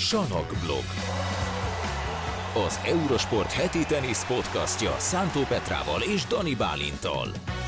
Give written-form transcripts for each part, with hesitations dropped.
Sanokblog. Az Eurosport heti tenisz podcastja Szántó Petrával és Dani Bálinttal.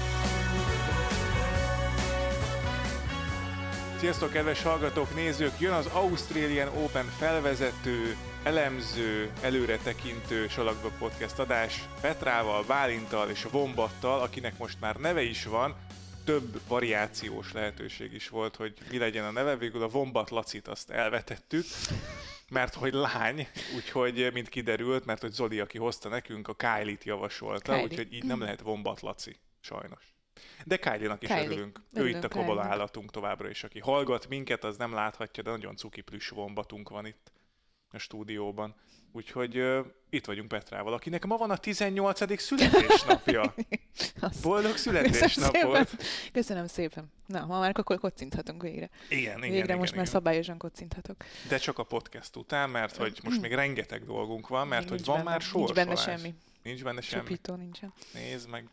Sziasztok, kedves hallgatók, nézők! Jön az Australian Open felvezető, elemző, előretekintő Sanokblog podcast adás Petrával, Bálinttal és Vombattal, akinek most már neve is van. Több variációs lehetőség is volt, hogy mi legyen a neve. Végül a Vombat Lacit azt elvetettük, mert hogy lány, úgyhogy mint kiderült, mert hogy Zoli, aki hozta nekünk, a Kylie-t javasolta, úgyhogy így nem lehet Vombat Laci, sajnos. De Kylie-nak is örülünk. Ő itt a kobola állatunk továbbra is, aki hallgat minket, az nem láthatja, de nagyon cuki plüss vombatunk van itt a stúdióban. Úgyhogy itt vagyunk Petrával, akinek ma van a 18. születésnapja. Boldog születésnapot! Köszönöm szépen. Na, ma már akkor kocinthatunk végre. Igen. Most már szabályosan kocinthatok. De csak a podcast után, mert hogy most még rengeteg dolgunk van, mert hogy van benne, már sorsolás. Nincs benne semmi. Csupító nincsen. Nézd meg.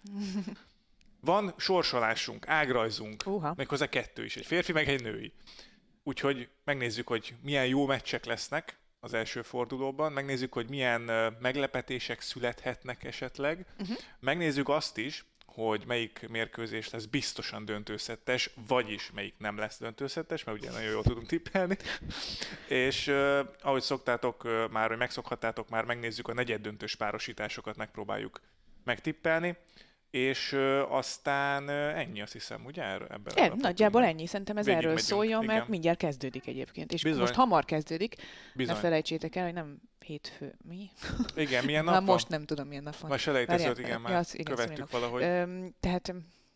Van sorsolásunk, ágrajzunk, méghozzá 2 is, egy férfi meg egy női. Úgyhogy megnézzük, hogy milyen jó meccsek lesznek az első fordulóban, megnézzük, hogy milyen meglepetések születhetnek esetleg, megnézzük azt is, hogy melyik mérkőzés lesz biztosan döntőszettes, vagyis melyik nem lesz döntőszettes, mert ugye nagyon jól tudunk tippelni. És ahogy szoktátok már, vagy megszokhattátok már, megnézzük a negyeddöntős párosításokat, megpróbáljuk megtippelni. És aztán ennyi, azt hiszem, ugye ebben nagyjából ennyi, szerintem ez erről megyünk, szóljon, igen. Mert mindjárt kezdődik egyébként. És Bizony. most hamar kezdődik, Bizony. ne felejtsétek el, hogy nem hétfő. Mi? Igen, milyen nap van? Most nem tudom, milyen nap van. Ma selejtezőt, igen, már követtük valahogy. Tehát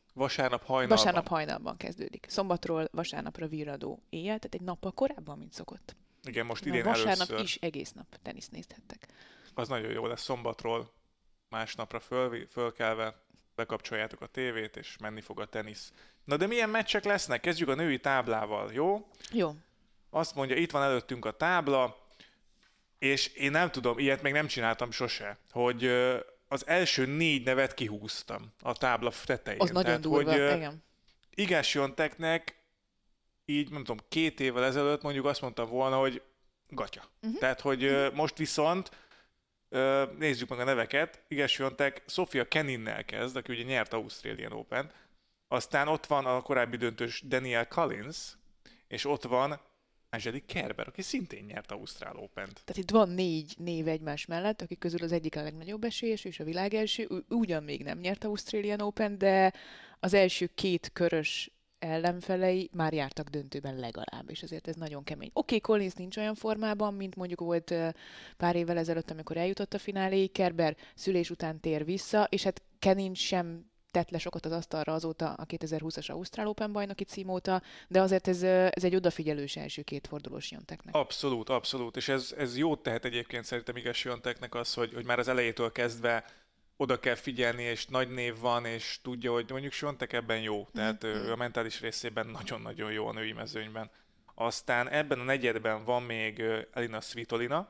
vasárnap hajnalban kezdődik. Szombatról vasárnapra virradó éjjel, tehát egy nappal korábban, mint szokott. Igen, most idén vasárnap először. is egész nap tenisz nézhettek. Az nagyon jó lesz, szombatról másnapra fölkelve bekapcsoljátok a tévét, és menni fog a tenisz. Na de milyen meccsek lesznek? Kezdjük a női táblával, jó? Jó. Azt mondja, itt van előttünk a tábla, és én nem tudom, ilyet még nem csináltam sose, hogy az első 4 nevet kihúztam a tábla tetején. Az nagyon durva, igen. Iga Świąteknek így, nem tudom, 2 évvel ezelőtt mondjuk azt mondtam volna, hogy gatya. Tehát, hogy most viszont nézzük meg a neveket. Iga Świątek Sofia Keninnel kezd, aki ugye nyert Australian Open. Aztán ott van a korábbi döntős Danielle Collins, és ott van Angelique Kerber, aki szintén nyert Ausztrál Opent. Tehát itt van 4 név egymás mellett, akik közül az egyik a legnagyobb esélyes, és a világ első. Ugyan még nem nyert Australian Open, de az első 2 körös ellenfelei már jártak döntőben legalább, és azért ez nagyon kemény. Oké, Collins nincs olyan formában, mint mondjuk volt pár évvel ezelőtt, amikor eljutott a fináléig, Kerber szülés után tér vissza, és hát Kenin sem tett le sokat az asztalra azóta a 2020-as Ausztrál Open bajnoki cím óta, de azért ez egy odafigyelős első 2 fordulós Świąteknek. Abszolút, és ez jót tehet egyébként szerintem Iga Świąteknek az, hogy már az elejétől kezdve oda kell figyelni, és nagy név van, és tudja, hogy mondjuk Świątek ebben jó. Tehát ő a mentális részében nagyon-nagyon jó a női mezőnyben. Aztán ebben a negyedben van még Elina Svitolina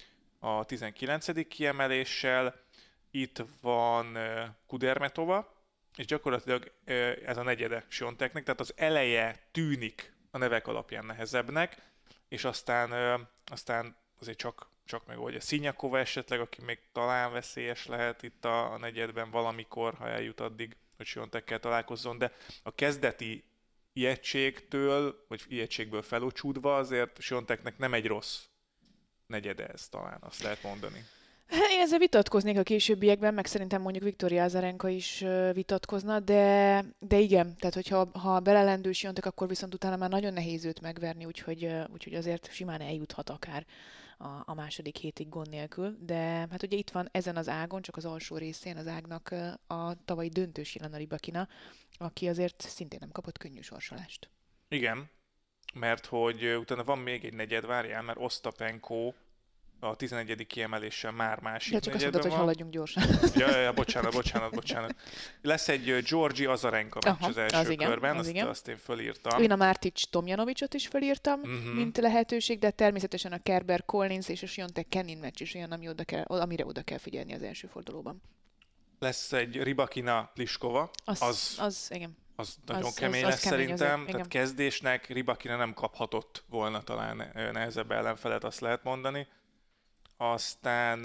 a 19. kiemeléssel. Itt van Kudermetova, és gyakorlatilag ez a negyede Świąteknek, tehát az eleje tűnik a nevek alapján nehezebbnek, és aztán azért csak megoldja. Szinyakova esetleg, aki még talán veszélyes lehet itt a negyedben valamikor, ha eljut addig, hogy Świątekkel találkozzon, de a kezdeti ijegységtől, vagy ijegységből felocsúdva azért Świąteknek nem egy rossz negyede ez talán, azt lehet mondani. Én ezzel vitatkoznék a későbbiekben, meg szerintem mondjuk Viktória Azarenka is vitatkozna, de igen, tehát hogyha belelendül Świątek, akkor viszont utána már nagyon nehéz őt megverni, úgyhogy azért simán eljuthat akár a második hétig gond nélkül, de hát ugye itt van ezen az ágon, csak az alsó részén az ágnak a tavalyi döntős Jelena Rybakina, aki azért szintén nem kapott könnyű sorsolást. Igen, mert hogy utána van még egy negyed, várjál, mert Ostapenko a 11. kiemeléssel már másik negyedben van. Csak azt mondtad, hogy haladjunk gyorsan. Ja, bocsánat. Lesz egy Georgi Azarenka meccs az első körben, azt én fölírtam. Én a Mártics Tomjanovicsot is fölírtam, mint lehetőség, de természetesen a Kerber Collins és a Świątek Kenin meccs is olyan, amire oda kell figyelni az első fordulóban. Lesz egy Rybakina Pliskova. Az igen. az nagyon kemény lesz szerintem. Igen. Tehát kezdésnek Rybakina nem kaphatott volna talán nehezebb ellenfelet, azt lehet mondani. Aztán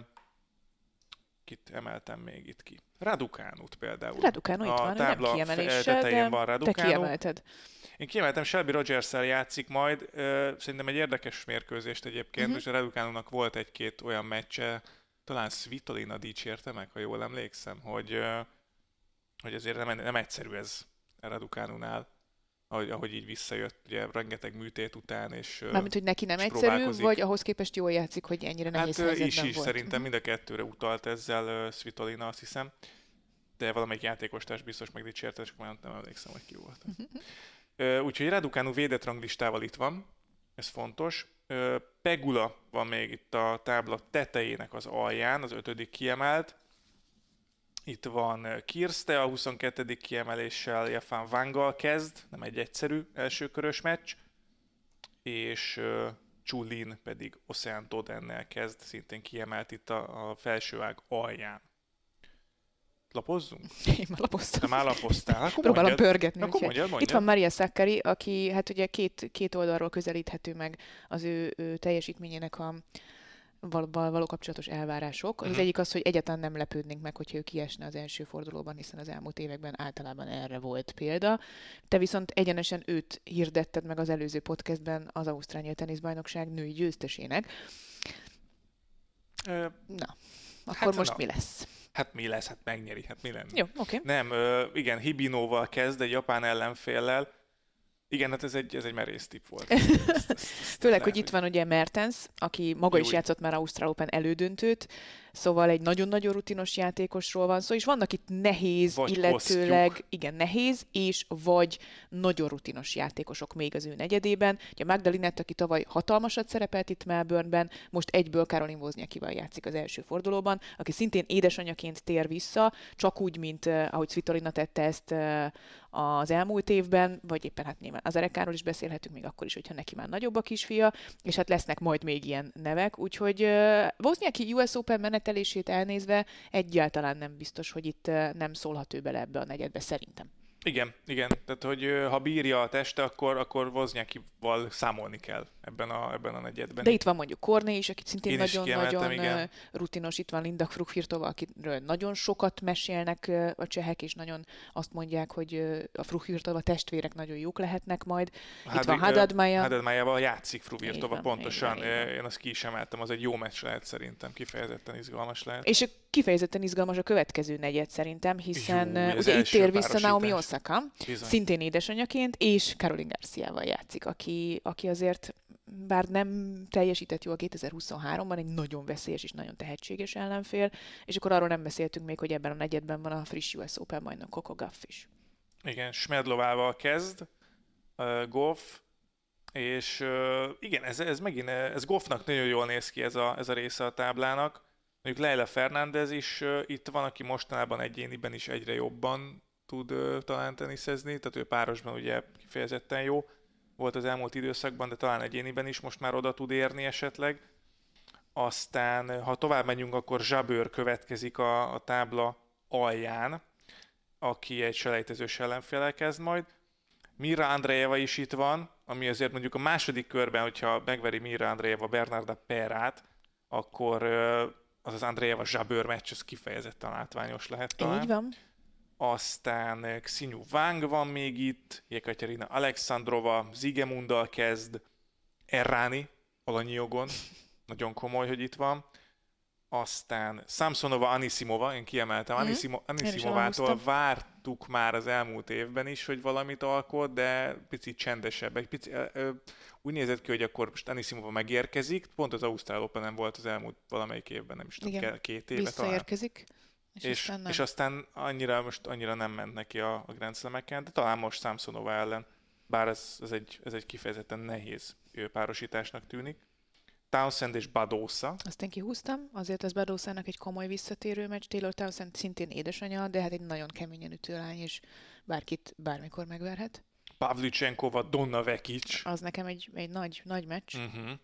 kit emeltem még itt ki? Raducanut például. Raducanu itt van, nem kiemeléssel, de van Raducanu. te kiemelted. Én kiemeltem, Shelby Rogers-szel játszik majd. Szerintem egy érdekes mérkőzést egyébként, és a Raducanunak volt egy-két olyan meccse, talán Svitolina dicsérte meg, ha jól emlékszem, hogy azért nem egyszerű ez a Raducanunál, ahogy így visszajött, ugye rengeteg műtét után, és mármint, hogy neki nem egyszerű, vagy ahhoz képest jól játszik, hogy ennyire nehéz helyzetben is volt. Szerintem mind a kettőre utalt ezzel Svitolina, azt hiszem, de valamelyik játékostárs biztos megdicsérte, és már nem emlékszem, hogy ki volt. Úgyhogy Raducanu védett ranglistával itt van, ez fontos. Pegula van még itt a tábla tetejének az alján, az 5. kiemelt. Itt van Kirste a 22. kiemeléssel, Yafan Wangal kezd, nem egy egyszerű elsőkörös meccs, és Chulin pedig Ocean Todennel kezd, szintén kiemelt itt a felsőág alján. Lapozzunk? Én már lapoztam. Te már lapoztál. Próbálom pörgetni. Mondjad. Itt van Maria Sakkari, aki hát ugye két oldalról közelíthető meg az ő teljesítményének a való kapcsolatos elvárások. Az egyik az, hogy egyáltalán nem lepődnénk meg, hogyha ő kiesne az első fordulóban, hiszen az elmúlt években általában erre volt példa. Te viszont egyenesen őt hirdetted meg az előző podcastben az Ausztrál teniszbajnokság női győztesének. Na, akkor most mi lesz? Hát mi lesz? Hát megnyeri. Hát mi lenne? Jó, oké. Nem, igen, Hibinóval kezd, egy japán ellenféllel. Igen, hát ez egy merész tipp volt. Főleg, hogy itt van ugye Mertens, aki maga is játszott már Ausztrál Open elődöntőt, szóval egy nagyon-nagyon rutinos játékosról van szó, és vannak itt nehéz, vagy illetőleg kosztjuk. Igen, nehéz, és vagy nagyon rutinos játékosok még az ő negyedében. Ugye Magdalinett, aki tavaly hatalmasat szerepelt itt Melbourneben, most egyből Caroline Wozniackival játszik az első fordulóban, aki szintén édesanyaként tér vissza, csak úgy, mint ahogy Svitolina tette ezt az elmúlt évben, vagy éppen hát nyilván az Erekáról is beszélhetünk, még akkor is, hogyha neki már nagyobb a kisfia, és hát lesznek majd még ilyen nevek, úgyhogy Wozniacki US Open menetelését elnézve egyáltalán nem biztos, hogy itt nem szólhat ő bele ebbe a negyedbe, szerintem. Igen. Tehát, hogy ha bírja a teste, akkor Wozniackival számolni kell ebben a negyedben. De itt van mondjuk Cornet is, akit szintén nagyon-nagyon nagyon rutinos. Itt van Linda Fruhvirtova, akiről nagyon sokat mesélnek a csehek, és nagyon azt mondják, hogy a Fruhvirtova testvérek nagyon jók lehetnek majd. Itt van Haddad Maia. Haddad Maiával játszik Fruhvirtova, pontosan. Így van. Én azt ki is emeltem, az egy jó meccs lehet szerintem, kifejezetten izgalmas lehet. És kifejezetten izgalmas a következő negyed szerintem, hiszen ugye itt ér ér vissza Naomi Osaka, Bizony. szintén édesanyaként, és Caroline Garciával játszik, aki azért bár nem teljesített jól 2023-ban, egy nagyon veszélyes és nagyon tehetséges ellenfél, és akkor arról nem beszéltünk még, hogy ebben a negyedben van a friss US Open bajnok Coco Gauff is. Igen, Smedlovával kezd, Gauff, és igen, ez megint, ez Gauffnak nagyon jól néz ki ez a része a táblának. Mondjuk Leila Fernández is itt van, aki mostanában egyéniben is egyre jobban tud talán teniszezni, tehát ő párosban ugye kifejezetten jó volt az elmúlt időszakban, de talán egyéniben is most már oda tud érni esetleg. Aztán, ha tovább megyünk, akkor Jabeur következik a tábla alján, aki egy selejtezős ellenféllel kezd majd. Mira Andreeva is itt van, ami azért mondjuk a második körben, hogyha megveri Mira Andreeva Bernarda Perát, akkor az Andreeva Jabeur meccs, ez kifejezetten látványos lehet talán. Így van. Aztán Xinyu Wang van még itt, Jekaterina Alexandrova, Zigemunddal kezd, Errani, alanyi jogon, nagyon komoly, hogy itt van. Aztán Samsonova, Anisimova, én kiemeltem, Anisimovától vártuk már az elmúlt évben is, hogy valamit alkot, de picit csendesebb. Úgy nézett ki, hogy akkor most Anisimova megérkezik, pont az Ausztrál Openen volt az elmúlt valamelyik évben, nem is tudom, 2 éve talán. Visszaérkezik. És aztán annyira nem ment neki a Grand Slam-eken, de talán most Samsonova ellen, bár ez egy kifejezetten nehéz párosításnak tűnik. Townsend és Badosa. Azt én kihúztam, azért ez Badosának egy komoly visszatérő meccs. Taylor Townsend szintén édesanyja, de hát egy nagyon keményen ütő lány, és bárkit bármikor megverhet. Pavlyuchenkova, Donna Vekic. Az nekem egy nagy meccs.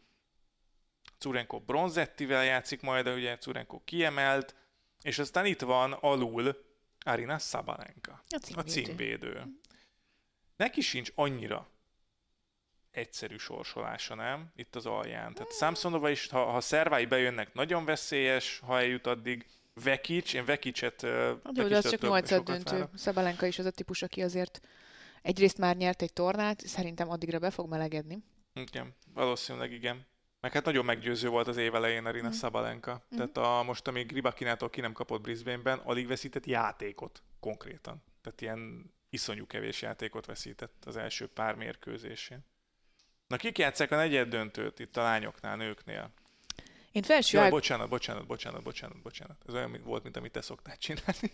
Curenko Bronzettivel játszik majd, ugye Curenko kiemelt, és aztán itt van alul Aryna Sabalenka. A címvédő. Neki sincs annyira egyszerű sorsolása, nem? Itt az alján. Tehát Samsonova is, ha szervái bejönnek, nagyon veszélyes, ha eljut addig. Vekic, én Vekicet... De az csak 8 döntő. Sabalenka is az a típus, aki azért egyrészt már nyert egy tornát, szerintem addigra be fog melegedni. Igen, valószínűleg igen. Meg hát nagyon meggyőző volt az év elején Aryna Sabalenka. Tehát most, amíg Rybakinától ki nem kapott Brisbaneben, alig veszített játékot konkrétan. Tehát ilyen iszonyú kevés játékot veszített az első pár mérkőzésén. Na, kik játsszák a negyed döntőt itt a lányoknál, nőknél? Én felső Bocsánat. Ez olyan volt, mint amit te szoktál csinálni.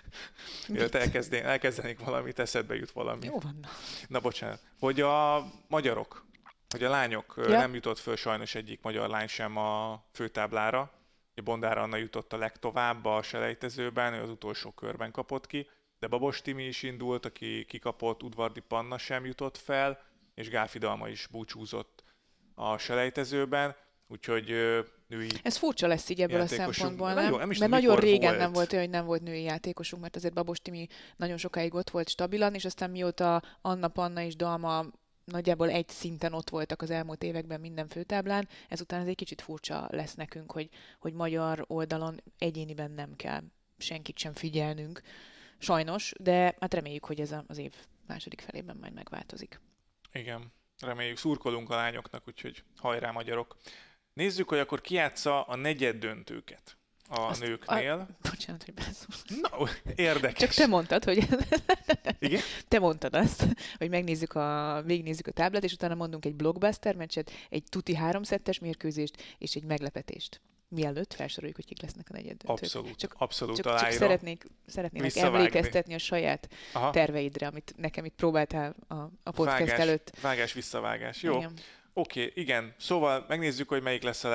Elkezdenék valamit, eszedbe jut valami. Jó van. Na, bocsánat. Hogy a magyarok, hogy a lányok nem jutott föl sajnos egyik magyar lány sem a főtáblára. Bondár Anna jutott a legtovább a selejtezőben, ő az utolsó körben kapott ki, de Babos Timi is indult, aki kikapott, Udvardi Panna sem jutott fel, és Gáfi Dalma is búcsúzott a selejtezőben, úgyhogy női... Ez furcsa lesz így ebből a szempontból, nem? Mert nagyon régen nem volt olyan, hogy nem volt női játékosunk, mert azért Babos Timi nagyon sokáig ott volt stabilan, és aztán mióta Anna, Panna és Dalma nagyjából egy szinten ott voltak az elmúlt években minden főtáblán, ezután ez egy kicsit furcsa lesz nekünk, hogy magyar oldalon egyéniben nem kell senkit sem figyelnünk, sajnos, de hát reméljük, hogy ez az év második felében majd megváltozik. Igen, reméljük, szurkolunk a lányoknak, úgyhogy hajrá magyarok. Nézzük, hogy akkor ki játsza a negyed döntőket a nőknél. Bocsánat, hogy beszólsz. No, érdekes. Csak te mondtad, hogy... Igen? Te mondtad azt, hogy végignézzük a táblát, és utána mondunk egy blockbuster meccset, egy tuti 3-2-es mérkőzést, és egy meglepetést. Mielőtt felsoroljuk, hogy kik lesznek a negyed döntők. Abszolút csak aláírom. Szeretnék emlékeztetni a saját terveidre, amit nekem itt próbáltál a podcast előtt. Vágás, visszavágás. Jó. Oké, igen. Szóval megnézzük, hogy melyik lesz a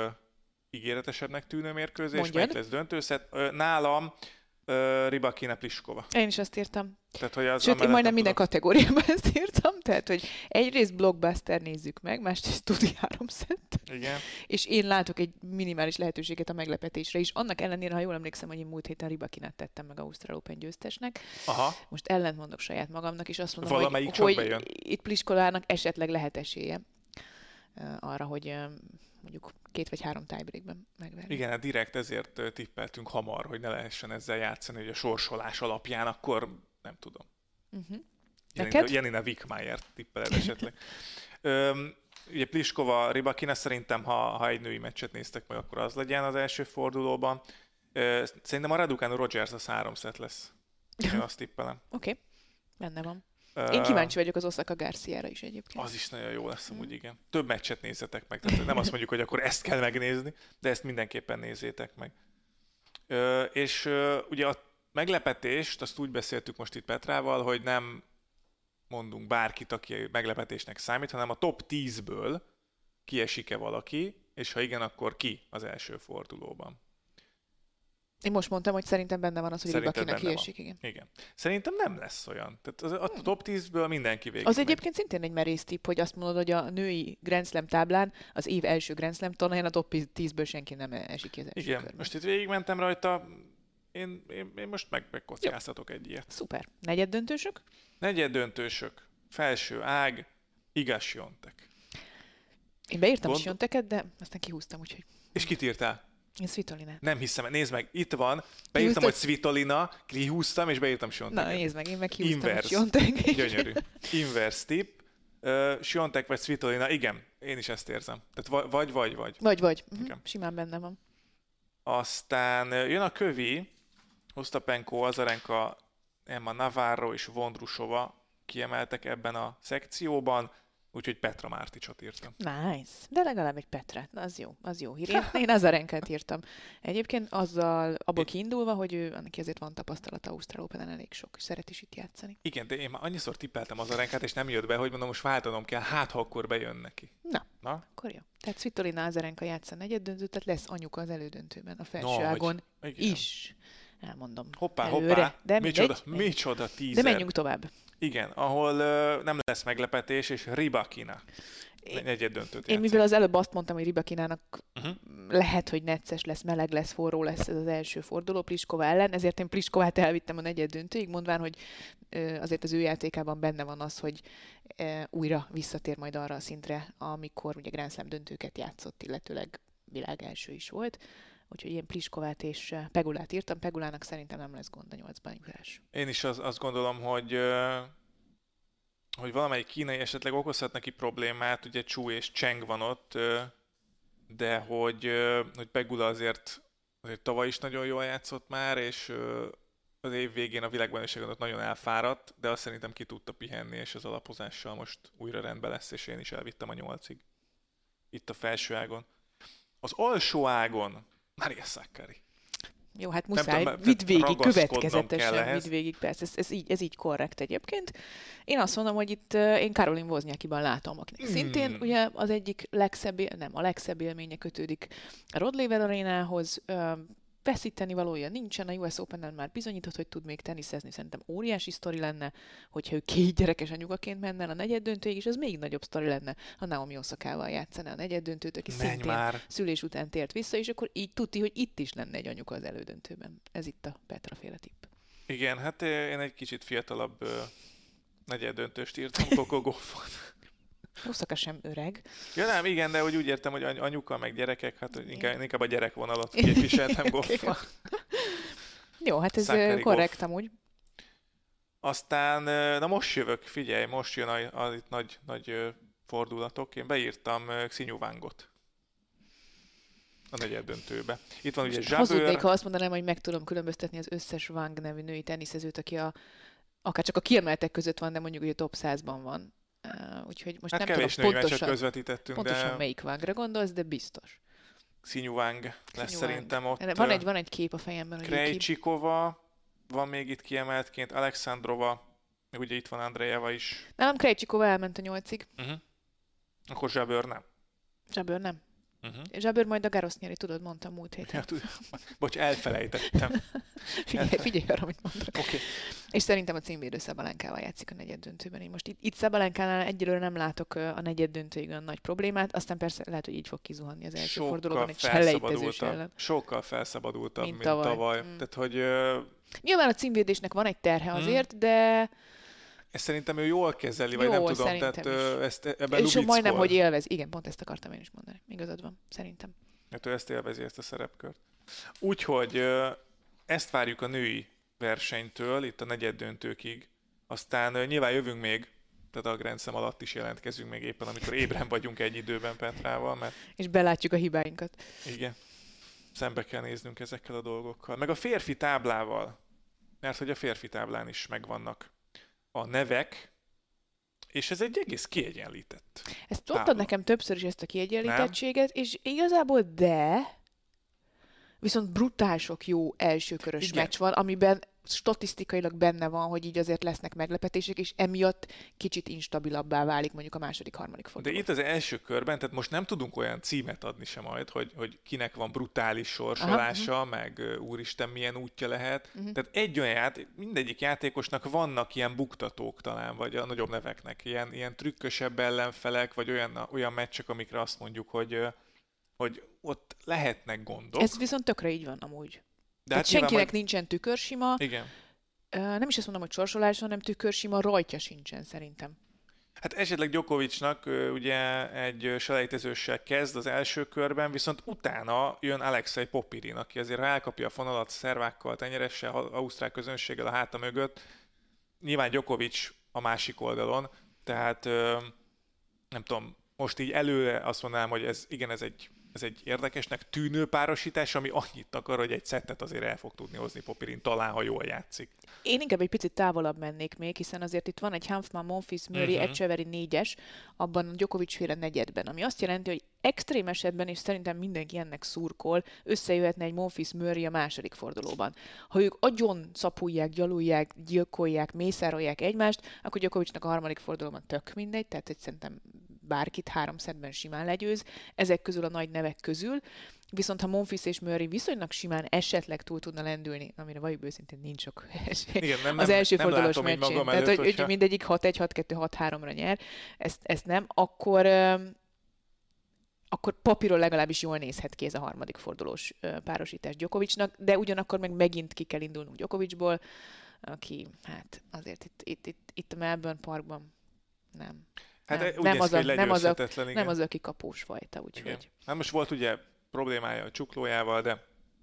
legígéretesebbnek tűnő mérkőzés, Mondjad. melyik lesz döntőszett. Nálam Rybakina Pliskova. Én is azt írtam. Tehát, hogy sőt, én majdnem minden kategóriában ezt írtam, tehát, hogy egyrészt blockbuster nézzük meg, másrészt tuti 3 szett. Igen. És én látok egy minimális lehetőséget a meglepetésre is. Annak ellenére, ha jól emlékszem, hogy én múlt héten Rybakinát tettem meg Ausztrál Open győztesnek. Aha. Most ellentmondok saját magamnak, és azt mondom, valamelyik hogy itt Pliskovának esetleg lehet esélye arra, hogy mondjuk 2 vagy 3 tiebreakben megverni. Igen, hát direkt ezért tippeltünk hamar, hogy ne lehessen ezzel játszani, hogy a sorsolás alapján akkor nem tudom. Janina Wickmayer tippeled esetleg. Ugye Pliskova, Rybakina, szerintem ha egy női meccset néztek meg, akkor az legyen az első fordulóban. Szerintem a Raducanu Rogers az 3 szett lesz. Én azt tippelem. Oké, benne van. Én kíváncsi vagyok az Osaka Garciára is egyébként. Az is nagyon jó lesz amúgy, igen. Több meccset nézzetek meg. Tehát nem azt mondjuk, hogy akkor ezt kell megnézni, de ezt mindenképpen nézzétek meg. És ugye a meglepetést, azt úgy beszéltük most itt Petrával, hogy nem mondunk bárkit, aki meglepetésnek számít, hanem a top 10-ből kiesik-e valaki, és ha igen, akkor ki az első fordulóban. Én most mondtam, hogy szerintem benne van az, hogy Rybakina kiesik, igen. Szerintem nem lesz olyan. Tehát a top 10-ből mindenki végig. Az egyébként szintén egy merész tipp, hogy azt mondod, hogy a női Grand Slam táblán az év első Grand Slam tornáján a top 10-ből senki nem esik ki az első körben. Most itt végigmentem rajta, én most megkockáztatok egy ilyet. Szuper. Negyed döntősök? Negyed döntősök. Felső ág, Iga Swiatek. Én beírtam Swiateket, de aztán kihúztam, úgyhogy... És kit írtál? Én Svitolinát. Nem hiszem, nézd meg, itt van, beírtam, hogy Svitolina, kihúztam, és beírtam Swiateket. Na, nézd meg, én meg kihúztam, hogy Swiatek. Gyönyörű. Inverse tip. Swiatek vagy Svitolina, igen, én is ezt érzem. Tehát vagy. Vagy. Simán benne van. Aztán jön a kövi, Ostapenko, Azarenka, Emma Navarro és Vondrusova kiemeltek ebben a szekcióban, úgyhogy Petra Márticsot írtam. Nice. De legalább egy Petrát. Az jó hír. Én Azarenkát írtam. Egyébként abból kiindulva, hogy neki azért van tapasztalata Ausztrál Openen elég sok, és szeret is itt játszani. Igen, de én már annyiszor tippeltem Azarenkát, és nem jött be, hogy mondom, most váltanom kell, hát ha akkor bejön neki. Na? Akkor jó. Tehát Svitolina, Azarenka játsza negyeddöntőt, tehát lesz anyuka az elődöntőben, a felső ágon is. Elmondom. Hoppá. De micsoda 10. De menjünk tovább. Igen, ahol nem lesz meglepetés, és Rybakina. negyeddöntőt Én mivel az előbb azt mondtam, hogy Rybakinának lehet, hogy necces lesz, meleg lesz, forró lesz ez az első forduló Pliskova ellen, ezért én Pliskovát elvittem a negyeddöntőig, mondván, hogy azért az ő játékában benne van az, hogy újra visszatér majd arra a szintre, amikor ugye Grand Slam döntőket játszott, illetőleg világelső is volt. Úgyhogy én Pliskovát és Pegulát írtam. Pegulának szerintem nem lesz gond a 8-ban jutás. Én is azt gondolom, hogy valamelyik kínai esetleg okozhat neki problémát, ugye Chu és Cheng van ott, de hogy Pegula azért tavaly is nagyon jól játszott már, és az év végén a világbajnokságon ott nagyon elfáradt, de azt szerintem ki tudta pihenni, és az alapozással most újra rendben lesz, és én is elvittem a 8-ig. Itt a felső ágon. Az alsó ágon Maria Sakkari. Jó, hát muszáj, vidd végig, következetesen vidd végig, persze, ez így korrekt egyébként. Én azt mondom, hogy itt én Caroline Wozniackiban látom, akinek szintén ugye az egyik a legszebb élménye kötődik a Rod Laver arénához, veszíteni valója nincsen, a US Open-en már bizonyított, hogy tud még teniszezni, szerintem óriási sztori lenne, hogyha ő 2 gyerekes anyukaként menne a negyeddöntőig, és az még nagyobb sztori lenne, ha Naomi Osakával játszana a negyeddöntőt, aki szintén szülés után tért vissza, és akkor így tudti, hogy itt is lenne egy anyuka az elődöntőben. Ez itt a Petra féle tipp. Igen, hát én egy kicsit fiatalabb negyeddöntőst írtam, Coco Gauffot. Oszaka sem öreg. Ja nem, igen, de úgy értem, hogy anyuka meg gyerekek, hát inkább a gyerekvonalat képviseltem Gauffal. Jó, hát ez Sakkari korrekt amúgy. Aztán, na most jövök, figyelj, most jön a nagy fordulatok. Én beírtam Xinyu Wangot a negyeddöntőbe. Itt van ugye Jabeur. Hazudnék, ha azt mondanám, hogy meg tudom különböztetni az összes Wang nevű női teniszezőt, aki akár csak a kiemeltek között van, de mondjuk ugye top 100-ban van. Úgyhogy most hát nem tudom pontosan melyik Wangra gondolsz, de biztos. Xinyu Wang lesz szerintem ott. Van egy kép a fejemben. Krejcsikova van még itt kiemeltként, Alexandrova, meg ugye itt van Andrejeva is. Nálam Krejcsikova elment a 8-ig. Akkor Jabeur nem. Jabeur nem. Jabeur majd a Garros nyeri, tudod, mondtam múlt héten. Bocs, elfelejtettem. Figyelj arra, amit mondok. Okay. És szerintem a címvédő Szabalenkával játszik a negyeddöntőben. Én most itt Szabalenkánál egyelőre nem látok a negyeddöntőig olyan nagy problémát, aztán persze lehet, hogy így fog kizuhanni az első fordulóban egy selejtezős ellen. Sokkal felszabadultabb, mint tavaly. Tehát, hogy... Nyilván a címvédésnek van egy terhe azért, de... Ezt szerintem ő jól kezeli, vagy nem tudom, tehát ebben és majdnem, hogy élvez. Igen, pont ezt akartam én is mondani. Igazad van, szerintem. Hát ő ezt élvezi, ezt a szerepkört. Úgyhogy ezt várjuk a női versenytől, itt a negyeddöntőkig. Aztán nyilván jövünk még, tehát a Grand Slam alatt is jelentkezünk még éppen, amikor ébren vagyunk egy időben Petrával. Mert... És belátjuk a hibáinkat. Igen. Szembe kell néznünk ezekkel a dolgokkal. Meg a férfi táblával. Mert hogy a férfi táblán is megvannak a nevek, és ez egy egész kiegyenlített. Ezt mondtad nekem többször is, ezt a kiegyenlítettséget, és igazából viszont brutál sok jó elsőkörös meccs van, amiben statisztikailag benne van, hogy így azért lesznek meglepetések, és emiatt kicsit instabilabbá válik mondjuk a második-harmadik forduló. De itt az első körben, tehát most nem tudunk olyan címet adni sem majd, hogy kinek van brutális sorsolása, meg úristen milyen útja lehet. Tehát egy olyan mindegyik játékosnak vannak ilyen buktatók talán, vagy a nagyobb neveknek, ilyen trükkösebb ellenfelek, vagy olyan meccsek, amikre azt mondjuk, hogy ott lehetnek gondok. Ez viszont tökre így van amúgy. De hát senkinek nincsen tükörsima. Igen. Nem is azt mondom, hogy sorsolás, hanem tükörsima rajtja sincsen szerintem. Hát esetleg Djokovicnak ugye egy selejtezőssel kezd az első körben, viszont utána jön Alexei Popirin, aki azért elkapja a fonalat szervákkal, tenyeressel, ausztrál közönséggel a háta mögött. Nyilván Djokovic a másik oldalon, tehát nem tudom, most így előre azt mondanám, hogy ez egy érdekesnek tűnő párosítás, ami annyit akar, hogy egy szettet azért el fog tudni hozni Popirin, talán, ha jól játszik. Én inkább egy picit távolabb mennék még, hiszen azért itt van egy Hanfmann, Monfils, Murray, Etcheverry 4-es, abban a Djokovic-féle negyedben, ami azt jelenti, hogy extrém esetben, és szerintem mindenki ennek szurkol, összejöhetne egy Monfils, Murray a második fordulóban. Ha ők agyon szapulják, gyalulják, gyilkolják, mészárolják egymást, akkor Djokovicnak a harmadik fordulóban tök mindegy, tehát hogy szerintem bárkit 3 szettben simán legyőz, ezek közül a nagy nevek közül. Viszont ha Monfils és Murray viszonylag simán esetleg túl tudna lendülni, amire valljuk őszintén nincs sok esély. Igen, az első fordulós meccsén. Tehát, hogy mindegyik 6-1, 6-2, 6-3-ra nyer, ezt nem, akkor akkor papíron legalábbis jól nézhet ki ez a harmadik fordulós párosítás Djokovicnak, de ugyanakkor meg megint ki kell indulnunk Djokovicból, aki hát azért itt a Melbourne Parkban nem. Hát nem az, aki kapós fajta, úgyhogy. Igen. Hát most volt ugye problémája a csuklójával, de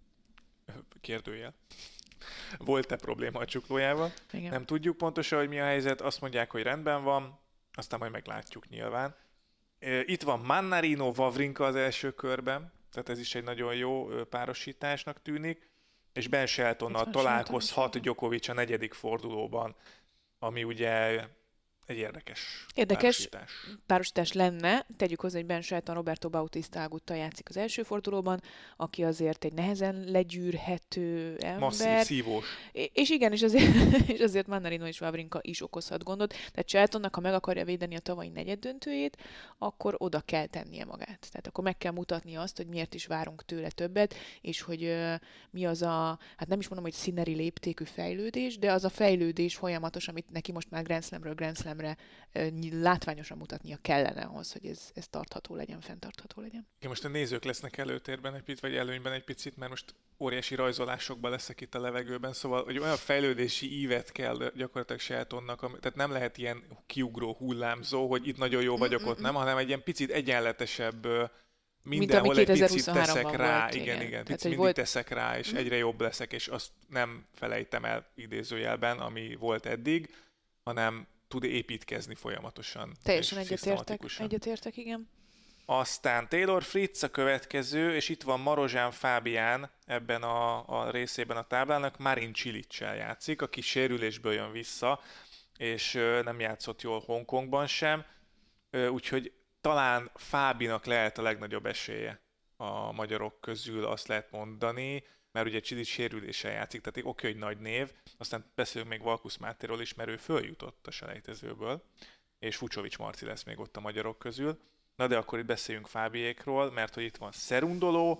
kérdőjel. Volt-e probléma a csuklójával? Igen. Nem tudjuk pontosan, hogy mi a helyzet. Azt mondják, hogy rendben van, aztán majd meglátjuk nyilván. Itt van Mannarino Wawrinka az első körben, tehát ez is egy nagyon jó párosításnak tűnik, és Ben Sheltonnal találkozhat Djokovic a negyedik fordulóban, ami ugye egy érdekes párosítás lenne. Tegyük hozzá, hogy Ben Shelton Roberto Bautista Aguttal játszik az első fordulóban, aki azért egy nehezen legyűrhető ember. Masszív, szívós. És igen, és azért Mannarino és Wawrinka is okozhat gondot. Tehát Sheltonnak, ha meg akarja védeni a tavalyi negyeddöntőjét, akkor oda kell tennie magát. Tehát akkor meg kell mutatnia azt, hogy miért is várunk tőle többet, és hogy mi az a, hát nem is mondom, hogy színeri léptékű fejlődés, de az a fejlődés folyamatos, amit neki most már Grand Slamről Grand Slamre látványosan mutatnia kellene ahhoz, hogy ez tartható legyen, fenntartható legyen. Igen, most a nézők lesznek előtérben egy picit, vagy előnyben egy picit, mert most óriási rajzolásokban leszek itt a levegőben, szóval hogy olyan fejlődési ívet kell gyakorlatilag Sheltonnak, tehát nem lehet ilyen kiugró hullámzó, hogy itt nagyon jó vagyok, ott nem, hanem egy ilyen picit egyenletesebb, mindenhol egy picit teszek rá, volt, igen, picit mindig teszek rá, és egyre jobb leszek, és azt nem felejtem el idézőjelben, ami volt eddig, hanem tud építkezni folyamatosan. Teljesen egyetértek, igen. Aztán Taylor Fritz a következő, és itt van Marozsán Fábián ebben a részében a táblának, Marin Cilic-sel játszik, aki sérülésből jön vissza, és nem játszott jól Hongkongban sem, úgyhogy talán Fábinak lehet a legnagyobb esélye a magyarok közül, azt lehet mondani, mert ugye Cilic sérüléssel játszik, tehát oké, hogy nagy név, aztán beszélünk még Valkusz Mátéról is, mert ő följutott a selejtezőből, és Fucsovics Marci lesz még ott a magyarok közül. Na de akkor itt beszéljünk Fábiékról, mert hogy itt van Cerundolo,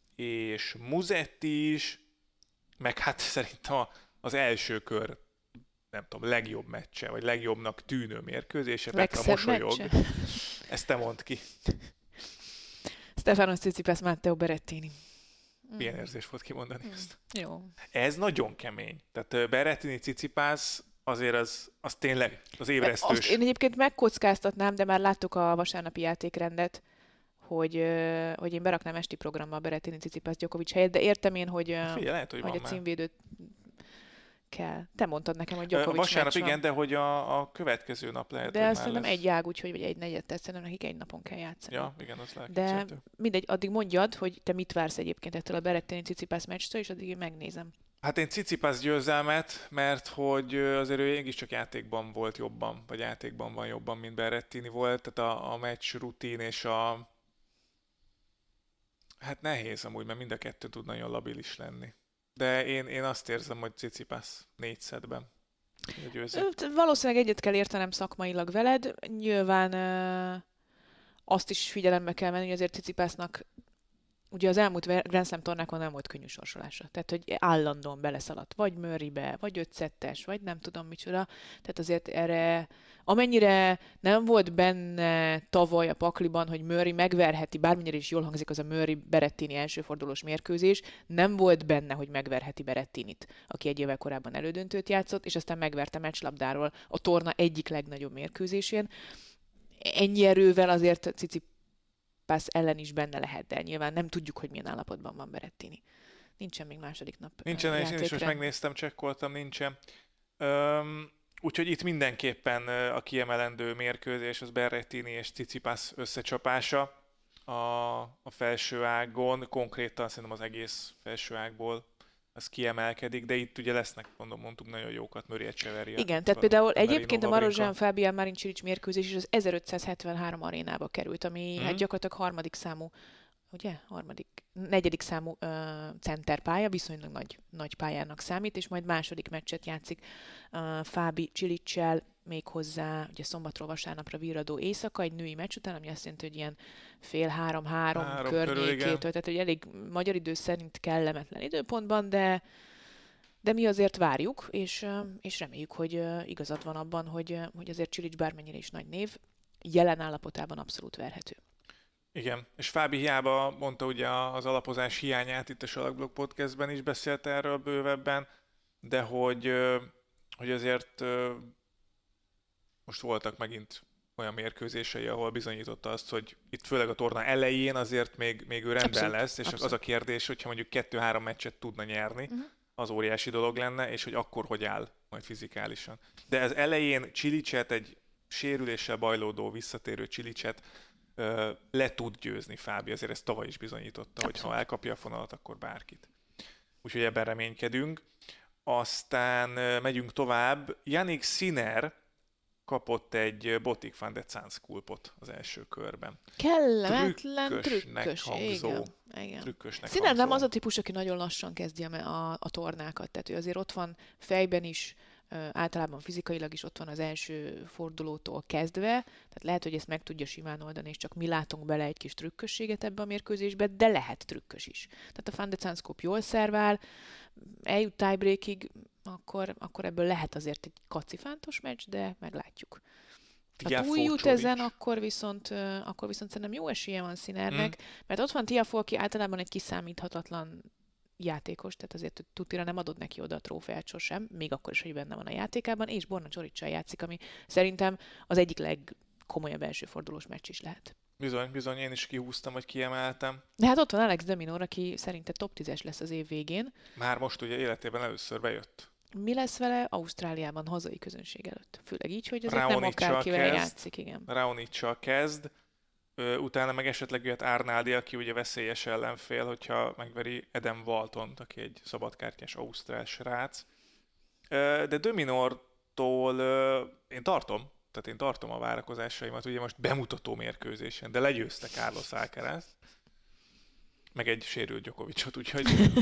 és Musetti is, meg hát szerintem az első kör, nem tudom, legjobb meccse, vagy legjobbnak tűnő mérkőzése, Petra mosolyog. Ezt te mondd ki. Stefanos Tsitsipas, Matteo Berrettini. Milyen érzés volt kimondani ezt? Jó. Ez nagyon kemény. Tehát Berrettini, Tsitsipas azért az tényleg az ébresztős. Azt én egyébként megkockáztatnám, de már láttuk a vasárnapi játékrendet, hogy én beraknám esti programba a Berrettini, Tsitsipas, Djokovic helyett, de értem én, hogy, lehet, hogy a címvédőt kell. Te mondtad nekem, hogy Djokovic vasárnap igen, de hogy a következő nap lehet, de azt szerintem egy ág, úgyhogy vagy egy negyed, tehát szerintem nekik egy napon kell játszani. Ja, igen, az lehet. De mindegy, addig mondjad, hogy te mit vársz egyébként ettől a Berrettini Tsitsipas meccstől, és addig én megnézem. Hát én Tsitsipas győzelmet, mert hogy azért ő mégiscsak játékban volt jobban, vagy játékban van jobban, mint Berrettini volt, tehát a meccs rutin és hát nehéz amúgy, mert mind a kettő tud nagyon labilis lenni. De én azt érzem, hogy Tsitsipas 4 szettben győzi. Valószínűleg egyet kell értenem szakmailag veled. Nyilván azt is figyelembe kell menni, hogy azért Tsitsipasnak ugye az elmúlt Grand Slam tornákon nem volt könnyű sorsolása. Tehát, hogy állandóan beleszaladt vagy Murraybe, vagy 5 szettes, vagy nem tudom micsoda. Tehát azért erre, amennyire nem volt benne tavaly a pakliban, hogy Murray megverheti, bármennyire is jól hangzik az a Murray-Berrettini elsőfordulós mérkőzés, nem volt benne, hogy megverheti Berrettinit, aki egy évvel korábban elődöntőt játszott, és aztán megverte meccslabdáról a torna egyik legnagyobb mérkőzésén. Ennyi erővel azért Tsitsipas ellen is benne lehet, de nyilván nem tudjuk, hogy milyen állapotban van Berrettini. Nincsen még második nap. Nincsen, én is most megnéztem, csekkoltam, nincsen. Úgyhogy itt mindenképpen a kiemelendő mérkőzés az Berrettini és Tsitsipas összecsapása a felső ágon, konkrétan szerintem az egész felső ágból ez kiemelkedik, de itt ugye lesznek, mondtuk, nagyon jókat, Murray Echeverria. Igen, tehát például egyébként a Marozsán Fábián Marin Cilic mérkőzés is az 1573 arénába került, ami hát gyakorlatilag negyedik számú centerpálya, viszonylag nagy pályának számít, és majd második meccset játszik Fábi Ciliccel, még hozzá ugye szombatról vasárnapra virradó éjszaka, egy női meccs után, ami azt jelenti, hogy ilyen fél három környékétől, tehát hogy elég magyar idő szerint kellemetlen időpontban, de mi azért várjuk, és reméljük, hogy igazad van abban, hogy azért Cilic bármennyire is nagy név, jelen állapotában abszolút verhető. Igen, és Fábi hiába mondta ugye az alapozás hiányát, itt a Salakblog Podcastben is beszélt erről bővebben, de hogy azért most voltak megint olyan mérkőzései, ahol bizonyította azt, hogy itt főleg a torna elején azért még ő rendben Abszolút, lesz, és abszolút. az a kérdés, hogyha mondjuk 2-3 meccset tudna nyerni, az óriási dolog lenne, és hogy akkor hogy áll majd fizikálisan. De ez elején Csilicset, egy sérüléssel bajlódó, visszatérő Csilicset le tud győzni Fábi, azért ezt tavaly is bizonyította, hogy ha elkapja a fonalat, akkor bárkit. Úgyhogy ebben reménykedünk. Aztán megyünk tovább. Yannick Sinner kapott egy Botic van de Zandt kulpot az első körben. Kellemetlen, Trükkösnek hangzó. Igen. Sinner nem az a típus, aki nagyon lassan kezdi a tornákat, tehát ő azért ott van fejben is, általában fizikailag is ott van az első fordulótól kezdve, tehát lehet, hogy ezt meg tudja simán oldani, és csak mi látunk bele egy kis trükkösséget ebbe a mérkőzésbe, de lehet trükkös is. Tehát a Van de Zandt jobb szervál, eljut tiebreakig, akkor ebből lehet azért egy kacifántos meccs, de meglátjuk. Ha túljut ezen, akkor viszont szerintem jó esélye van Sinnernek, mert ott van Tiafoe, aki általában egy kiszámíthatatlan játékos, tehát azért tutira nem adod neki oda a trófeát sosem, még akkor is, hogy benne van a játékában, és Borna Csoricsal játszik, ami szerintem az egyik legkomolyabb elsőfordulós meccs is lehet. Bizony, én is kihúztam, hogy kiemeltem. De hát ott van Alex de Minaur, aki szerintem top 10-es lesz az év végén. Már most ugye életében először bejött. Mi lesz vele Ausztráliában hazai közönség előtt? Főleg így, hogy azért nem akárkivel játszik, igen. Raonic-sal kezd, utána meg esetleg jöhet Arnaldi, aki ugye veszélyes ellenfél, hogyha megveri Adam Waltont, aki egy szabadkártyás ausztrál srác. De de Minaurtól én tartom a várakozásaimat, ugye most bemutató mérkőzésen, de legyőzte Carlos Alcaraz, meg egy sérült Djokovicot, úgyhogy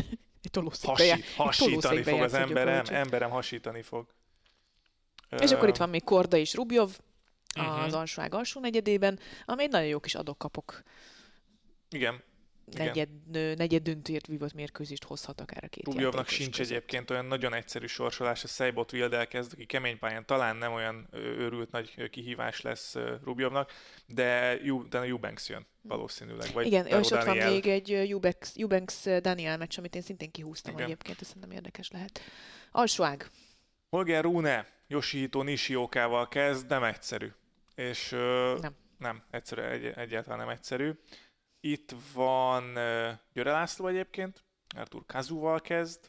hasítani fog az emberem hasítani fog. És akkor itt van még Korda és Rubjov az alsóág alsó negyedében, ami egy nagyon jó kis adok-kapok. Igen. Negyed döntőért vívott mérkőzést hozhat akár a két Rubjovnak sincs egyébként olyan nagyon egyszerű sorsolás, a Seibold Wilddel kezd, aki kemény pályán talán nem olyan őrült nagy kihívás lesz Rubjovnak, de Eubanks jön valószínűleg. Vagy igen, és ott van még egy Eubanks Daniel meccs, amit én szintén kihúztam egyébként, ez szerintem érdekes lehet. Alsóág. Holger Rune Yoshihito Nishiokával kezd, nem egyszerű. És nem egyszerű, egyáltalán nem egyszerű. Itt van Győre László egyébként, Artur Kazuval kezd.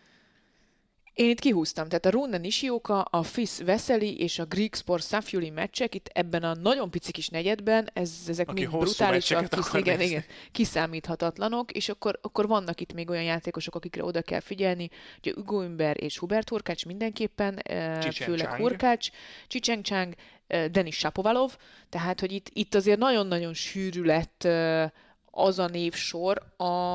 Én itt kihúztam, tehát a Rune Nishioka, a FIS Veseli és a Griekspoor Safiuli meccsek itt ebben a nagyon pici kis negyedben, ezek mind brutálisak, kiszámíthatatlanok, és akkor vannak itt még olyan játékosok, akikre oda kell figyelni, ugye Ugo Humbert és Hubert Hurkacz mindenképpen, főleg Hurkacz, Csicseng Csang, Denis Shapovalov, tehát hogy itt azért nagyon-nagyon sűrű lett az a névsor,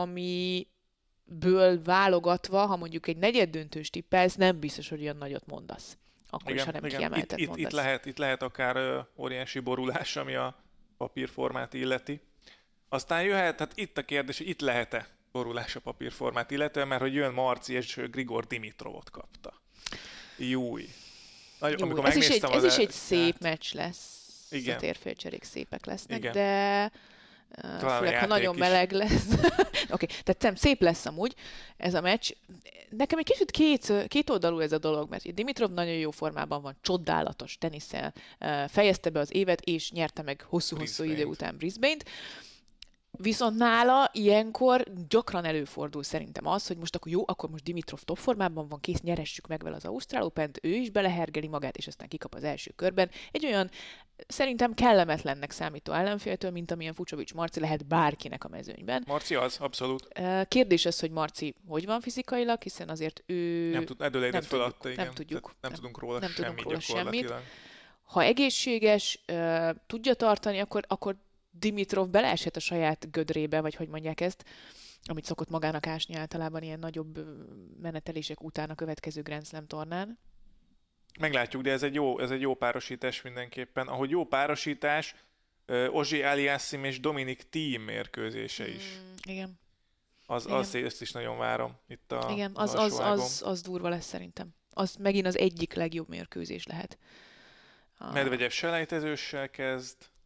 amiből válogatva, ha mondjuk egy negyeddöntős tippelsz, nem biztos, hogy olyan nagyot mondasz. Akkor is, ha nem kiemeltet mondasz. Itt lehet akár óriási borulás, ami a papírformát illeti. Aztán jöhet, hát itt a kérdés, hogy itt lehet-e borulás a papírformát illetően, mert hogy jön Marci és Grigor Dimitrovot kapta. Júj. Ez is egy szép meccs lesz. Igen. A térfélcserék szépek lesznek, igen. De főleg, ha nagyon meleg lesz. Oké, tehát szép lesz amúgy ez a meccs. Nekem egy kicsit két oldalú ez a dolog, mert Dimitrov nagyon jó formában van, csodálatos tenisszel, fejezte be az évet, és nyerte meg hosszú-hosszú idő után Brisbane-t. Viszont nála ilyenkor gyakran előfordul szerintem az, hogy most akkor most Dimitrov top formában van, kész, nyeressük meg vele az Ausztrál Opent, ő is belehergeli magát, és aztán kikap az első körben. Egy olyan szerintem kellemetlennek számító ellenféltől, mint amilyen Fucsovics Marci lehet bárkinek a mezőnyben. Marci az, abszolút. Kérdés az, hogy Marci hogy van fizikailag, hiszen azért ő... Nem tudunk róla semmit. Ha egészséges, tudja tartani, akkor Dimitrov beleeshet a saját gödrébe, vagy hogy mondják ezt, amit szokott magának ásni általában ilyen nagyobb menetelések után a következő Grand Slam tornán. Meglátjuk, de ez egy jó párosítás mindenképpen. Ahogy jó párosítás, Ozsi Aliassim és Dominic Thiem mérkőzése is. Igen. Ezt is nagyon várom itt a igen, az durva lesz szerintem. Az megint az egyik legjobb mérkőzés lehet. Medvegyev selejtezőssel kezd.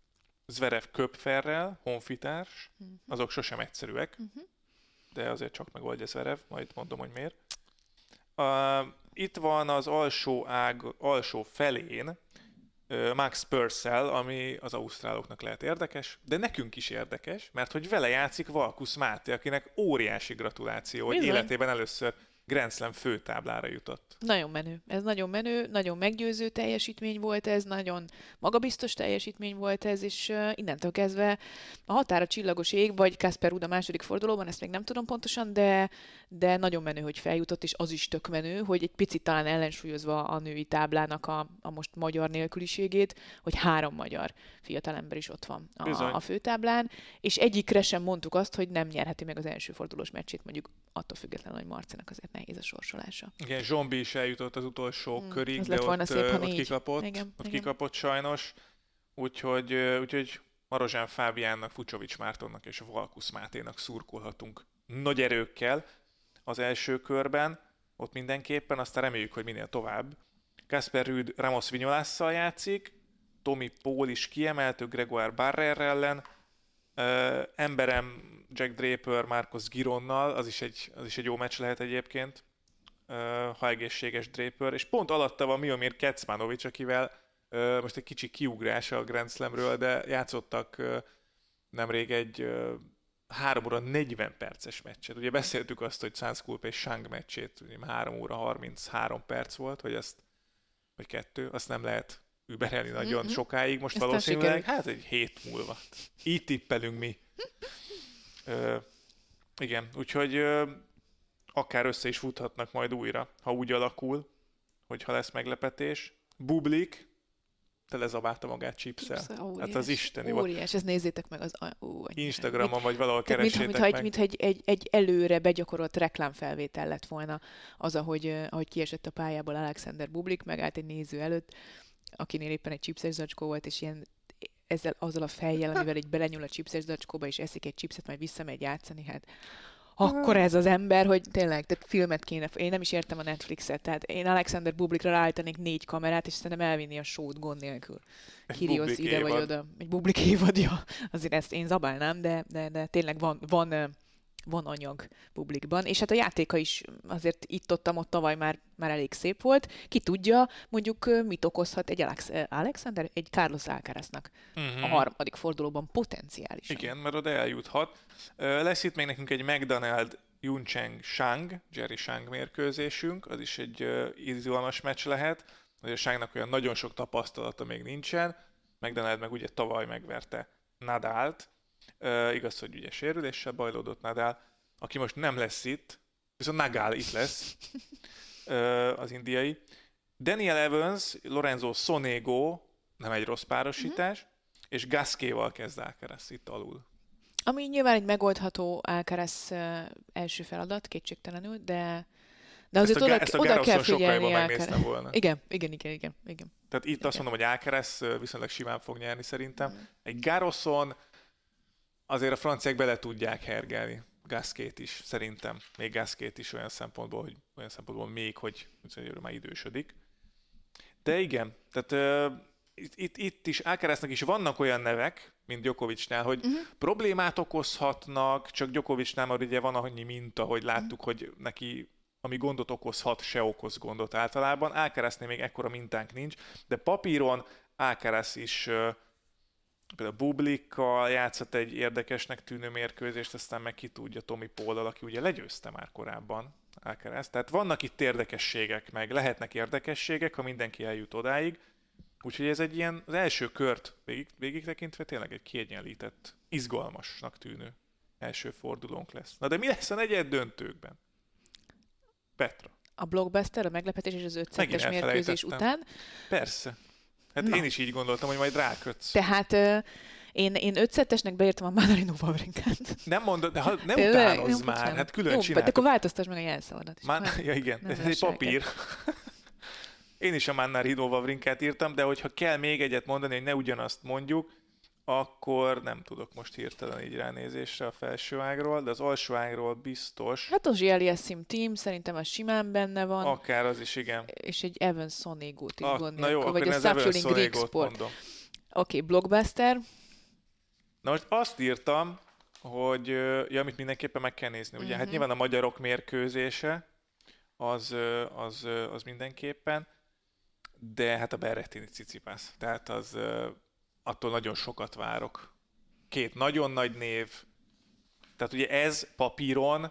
Zverev Köpferrel, honfitárs, azok sosem egyszerűek, de azért csak megoldja Zverev, majd mondom, hogy miért. Itt van az alsó ág, alsó felén Max Purcell, ami az ausztráloknak lehet érdekes, de nekünk is érdekes, mert hogy vele játszik Valkusz Máté, akinek óriási gratuláció, hogy életében először Grand Slam főtáblára jutott. Nagyon menő. Ez nagyon menő, nagyon meggyőző teljesítmény volt ez, nagyon magabiztos teljesítmény volt ez, és innentől kezdve a határa csillagos ég, vagy Casper Ruud a második fordulóban, ezt még nem tudom pontosan, de nagyon menő, hogy feljutott, és az is tök menő, hogy egy picit talán ellensúlyozva a női táblának a most magyar nélküliségét, hogy 3 magyar fiatalember is ott van a főtáblán, és egyikre sem mondtuk azt, hogy nem nyerheti meg az első fordulós meccsét, mondjuk attól függetlenül, hogy Marcinak azért nehéz a sorsolása. Igen, Zsombi is eljutott az utolsó körig, de ott kikapott sajnos. Úgyhogy Marozsán Fábiánnak, Fucsovics Mártonnak és Valkusz Máténak szurkolhatunk nagy erőkkel az első körben, ott mindenképpen, aztán reméljük, hogy minél tovább. Casper Ruud Ramos Vinolásszal játszik, Tommy Paul is kiemeltő Gregoire Barrère ellen, emberem Jack Draper Marcos Gironnal, az is egy jó meccs lehet egyébként, ha egészséges Draper, és pont alatta van Miomir Kecmanovic, akivel most egy kicsi kiugrás a Grand Slamről, de játszottak nemrég egy 3 óra 40 perces meccset. Ugye beszéltük azt, hogy Sansculp és Shang meccsét, ugye 3 óra 33 perc volt, vagy 2, azt nem lehet überelni nagyon sokáig, most ezt valószínűleg, hát egy 7 múlva. Így tippelünk mi. Igen, úgyhogy akár össze is futhatnak majd újra, ha úgy alakul, hogyha lesz meglepetés. Bublik, telezabálta magát chipszel. Hát az isteni volt. Óriás, ezt nézzétek meg az... Instagramon vagy valahol keressétek meg. Mintha egy előre begyakorolt reklámfelvétel lett volna az, ahogy kiesett a pályából Alexander Bublik, megállt egy néző előtt, akinél éppen egy chipses zacskó volt, és ilyen azzal a fejjel, amivel egy belenyúl a chipses zacskóba, és eszik egy chipset, majd visszamegy játszani, hát akkor ez az ember, hogy tényleg, tehát filmet kéne, én nem is értem a Netflixet, tehát én Alexander Bublikra ráállítanék 4 kamerát, és szerintem elvinni a show-t gond nélkül. Kyrgios ide vagy oda. Egy Bublik évadja, azért ezt én zabálnám, de tényleg van anyag Bublikban, és hát a játéka is azért itt-ott tavaly már elég szép volt. Ki tudja, mondjuk mit okozhat egy Alexander, egy Carlos Alcaraznak a harmadik fordulóban potenciálisan. Igen, mert oda eljuthat. Lesz itt még nekünk egy McDonald Yuncheng Shang, Jerry Shang mérkőzésünk, az is egy izgalmas meccs lehet. A Shangnak olyan nagyon sok tapasztalata még nincsen, McDonald meg ugye tavaly megverte Nadalt. Igaz, hogy ugye sérüléssel bajlódott Nadal, aki most nem lesz itt, viszont Nagal itt lesz, az indiai. Daniel Evans, Lorenzo Sonego, nem egy rossz párosítás, és Gasquet-val kezd Alcaraz itt alul. Ami nyilván egy megoldható Alcaraz első feladat, kétségtelenül, de azért oda kell figyelni megnéztem volna. Igen. Tehát itt azt mondom, hogy Alcaraz viszonylag simán fog nyerni szerintem. Egy Garroson azért a franciák bele tudják hergelni. Gasquet is, szerintem. Még Gasquet is olyan szempontból még, hogy már idősödik. De igen, tehát itt is Alcaraznak is vannak olyan nevek, mint Djokovicnál, hogy problémát okozhatnak, csak Djokovicnál már ugye van annyi minta, hogy láttuk, hogy neki ami gondot okozhat, se okoz gondot általában. Alcaraznél még ekkora mintánk nincs, de papíron Alcaraz is például Bublikkal játszott egy érdekesnek tűnő mérkőzést, aztán meg ki tudja Tommy Paul-dal, aki ugye legyőzte már korábban Alcaraz. Tehát vannak itt érdekességek, meg lehetnek érdekességek, ha mindenki eljut odáig. Úgyhogy ez egy ilyen, az első kört végig tekintve tényleg egy kiegyenlített, izgalmasnak tűnő első fordulónk lesz. Na de mi lesz a negyed döntőkben? Petra. A blockbuster, a meglepetés és az 5-2-es mérkőzés után? Persze. Hát én is így gondoltam, hogy majd rákötsz. Tehát én 5-2-esnek beírtam a Manarino Wawrinkát. Nem mondod, de nem utánozz már, hát külön csináltuk. De akkor változtass meg a jelszavadat. Ja igen, ez egy papír. Én is a Manarino Wawrinkát írtam, de hogyha kell még egyet mondani, hogy ne ugyanazt mondjuk, akkor nem tudok most hirtelen így ránézésre a felső ágról, de az alsó ágról biztos. Hát a Aliassime Team szerintem az simán benne van. Akár az is, igen. És egy Evans Sonego-t is Na jó, akkor vagy a Evans Greek Sport. Oké, blockbuster. Na most azt írtam, hogy amit mindenképpen meg kell nézni. Ugye, hát nyilván a magyarok mérkőzése, az mindenképpen, de hát a Berrettini Tsitsipas. Tehát az attól nagyon sokat várok. Két nagyon nagy név. Tehát ugye ez papíron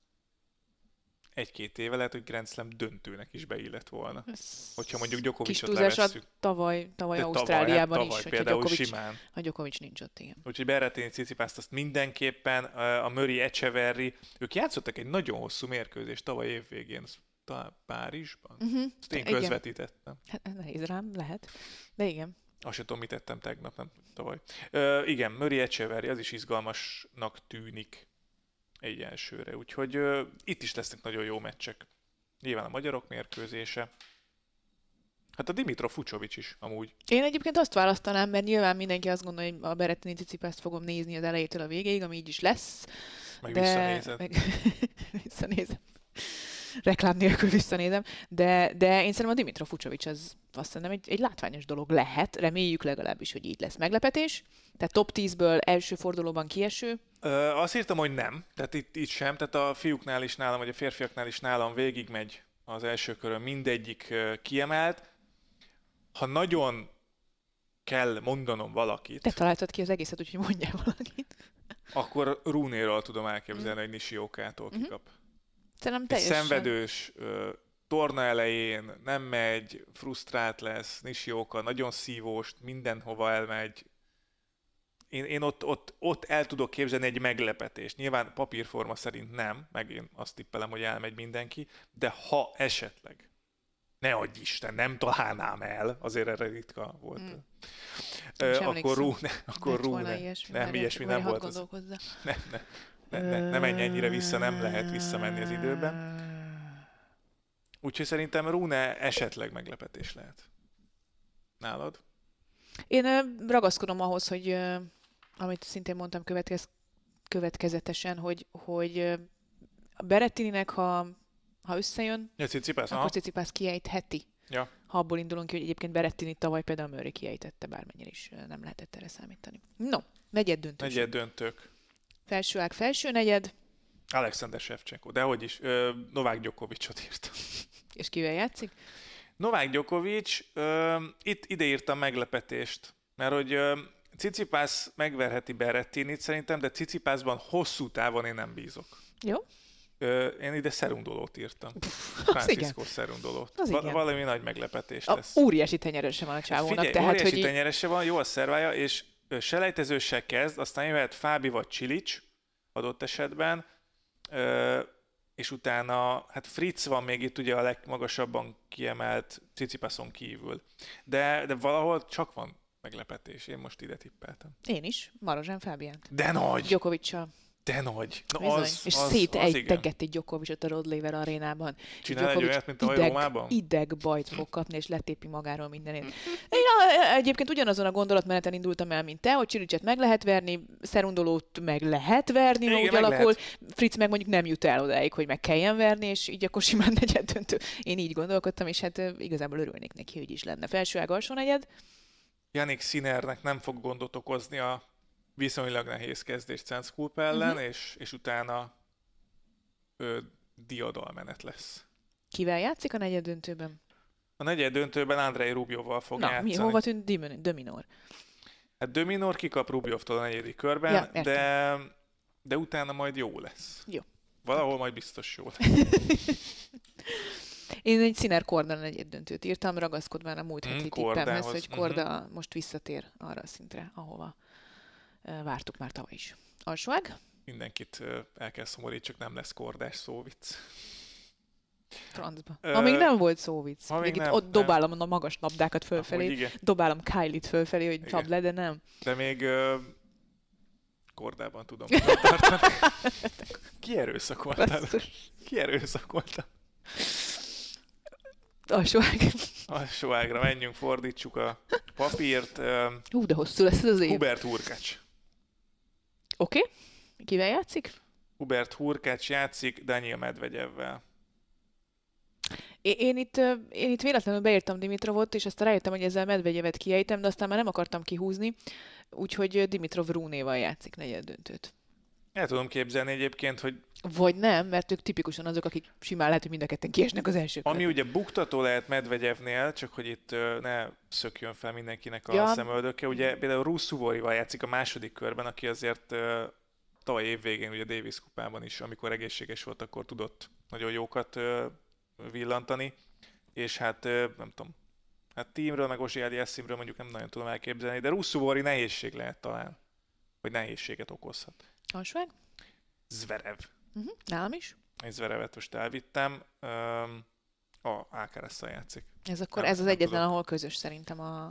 1-2 éve lehet, hogy Grand Slam döntőnek is beillett volna. Hogyha mondjuk Djokovicot levesszük. Tavaly Ausztráliában is. Például simán. A Djokovic nincs ott, igen. Úgyhogy Berrettini Tsitsipast azt mindenképpen, a Murray Echeverry, ők játszottak egy nagyon hosszú mérkőzést tavaly évvégén, talán Párizsban. Ezt én közvetítettem. Hát nehéz rám, lehet. De igen. Azt sem tudom, mit tettem tegnap, nem tavaly. Igen, Murray Echeverry, az is izgalmasnak tűnik egy elsőre. Úgyhogy itt is lesznek nagyon jó meccsek. Nyilván a magyarok mérkőzése. Hát a Dimitrov Fucsovics is amúgy. Én egyébként azt választanám, mert nyilván mindenki azt gondolja, hogy a Berrettini Tsitsipast fogom nézni az elejétől a végéig, ami így is lesz. Meg visszanézed. Visszanézem. Reklám nélkül visszanézem. De én szerintem a Dimitrov Fucsovics az azt szerintem egy látványos dolog lehet. Reméljük legalábbis, hogy így lesz meglepetés. Tehát top 10-ből első fordulóban kieső. Azt írtam, hogy nem. Tehát itt sem. Tehát a fiúknál is nálam, vagy a férfiaknál is nálam végigmegy az első körön mindegyik kiemelt. Ha nagyon kell mondanom valakit... Te találtad ki az egészet, úgyhogy mondjál valakit. Akkor Runéről tudom elképzelni, hogy Nishioka-tól kikap. Szerintem teljesen. Szenvedős, torna elején nem megy, frusztrált lesz, Nishioka nagyon szívós, mindenhova elmegy. Én ott el tudok képzelni egy meglepetést. Nyilván papírforma szerint nem, meg én azt tippelem, hogy elmegy mindenki, de ha esetleg, ne adj Isten, nem találnám el, azért erre ritka volt. Akkor Rune. Nem, ilyesmi nem volt. Az. Ne menj ennyire vissza, nem lehet visszamenni az időben. Úgyhogy szerintem Rune esetleg meglepetés lehet. Nálad? Én ragaszkodom ahhoz, hogy amit szintén mondtam következetesen, hogy a Berrettininek, ha összejön, akkor Tsitsipas kiejtheti. Ja. Ha abból indulunk ki, hogy egyébként Berrettini tavaly például Murray kiejtette, bármennyire is nem lehetett erre számítani. No, negyed döntők. Felső ág, felső negyed. Alexander Shevchenko, de hogy is, Novák Djokovicot írtam. És kivel játszik? Novák Djokovic, itt ide írtam meglepetést, mert hogy Tsitsipas megverheti Berrettinit szerintem, de Tsitsipasban hosszú távon én nem bízok. Jó. Én ide Cerundolót írtam. Francisco Cerundolót. Valami nagy meglepetés lesz. Óriási tenyerese van a csávónak. Figyelj, óriási tenyerese van, jó a szervája, és selejtező se kezd, aztán jöhet Fábi vagy Csilics adott esetben, és utána, hát Fritz van még itt ugye a legmagasabban kiemelt Tsitsipason kívül. De valahol csak van meglepetés. Én most ide tippeltem. Én is. Marozsán Fábiánt. De nagy! Djokoviccal. De nagy! És szétejtegették Djokovicot a Rod Laver arénában. Csinál egy olyat, mint a Rómában? Idegbajt fog kapni, és letépi magáról mindenét. Én egyébként ugyanazon a gondolatmeneten indultam el, mint te, hogy Csilicset meg lehet verni, Cerundolót meg lehet verni, ha úgy alakul. Lehet. Fritz meg mondjuk nem jut el odáig, hogy meg kelljen verni, és így akkor simán negyed döntő. Én így gondolkodtam, és hát igazából örülnék neki, hogy is lenne. Felső ág, alsó negyed. Jannik Sinnernek nem fog gondot okozni a viszonylag nehéz kezdés Censzkulp ellen, és utána diadalmenet lesz. Kivel játszik a negyed döntőben? A negyed döntőben Andrei Rubjovval fog játszani. Hova tűnt de Minaur? Hát de Minaur kikap Rubjovtól a negyedik körben, de utána majd jó lesz. Jó. Valahol majd biztos jó lesz. Én egy Sinner Korda negyed döntőt írtam, ragaszkodván a múlt heti tippemhez, hogy Korda most visszatér arra a szintre, ahova vártuk már tavaly is. Alsóág? Mindenkit el kell szomorít, csak nem lesz kordás szóvic. Francba. Amíg nem volt szóvic. Még itt ott dobálom a magas labdákat fölfelé, dobálom Kylie-t fölfelé, hogy csapd le, de nem. De még kordában tudom tartani. Ki erőszakoltál? Alsóágra menjünk, fordítsuk a papírt. De hosszú lesz ez az év. Hubert Hurkacz. Oké. Kivel játszik? Hubert Hurkacz játszik Daniil Medvegyevvel. Én itt véletlenül beírtam Dimitrovot, és aztán rájöttem, hogy ezzel Medvegyevet kiejtem, de aztán már nem akartam kihúzni, úgyhogy Dimitrov Rúnéval játszik negyeddöntőt. El tudom képzelni egyébként, hogy... Vagy nem, mert ők tipikusan azok, akik simán lehet, hogy mind a ketten kiesnek az első körben. Ami ugye buktató lehet Medvegyevnél, csak hogy itt ne szökjön fel mindenkinek a szemöldöke. Ugye például Russuvorival játszik a második körben, aki azért tavaly év végén ugye Davis kupában is, amikor egészséges volt, akkor tudott nagyon jókat villantani. És hát nem tudom, hát Teamről, meg Ozsiádi Eszimről mondjuk nem nagyon tudom elképzelni, de Russuvori nehézség lehet talán, vagy nehézséget okozhat. Hasonló? Zverev. Nálam is. Egy Zverevet most elvittem. Alcaraz-szal játszik. Ez az egyetlen, ahol közös szerintem a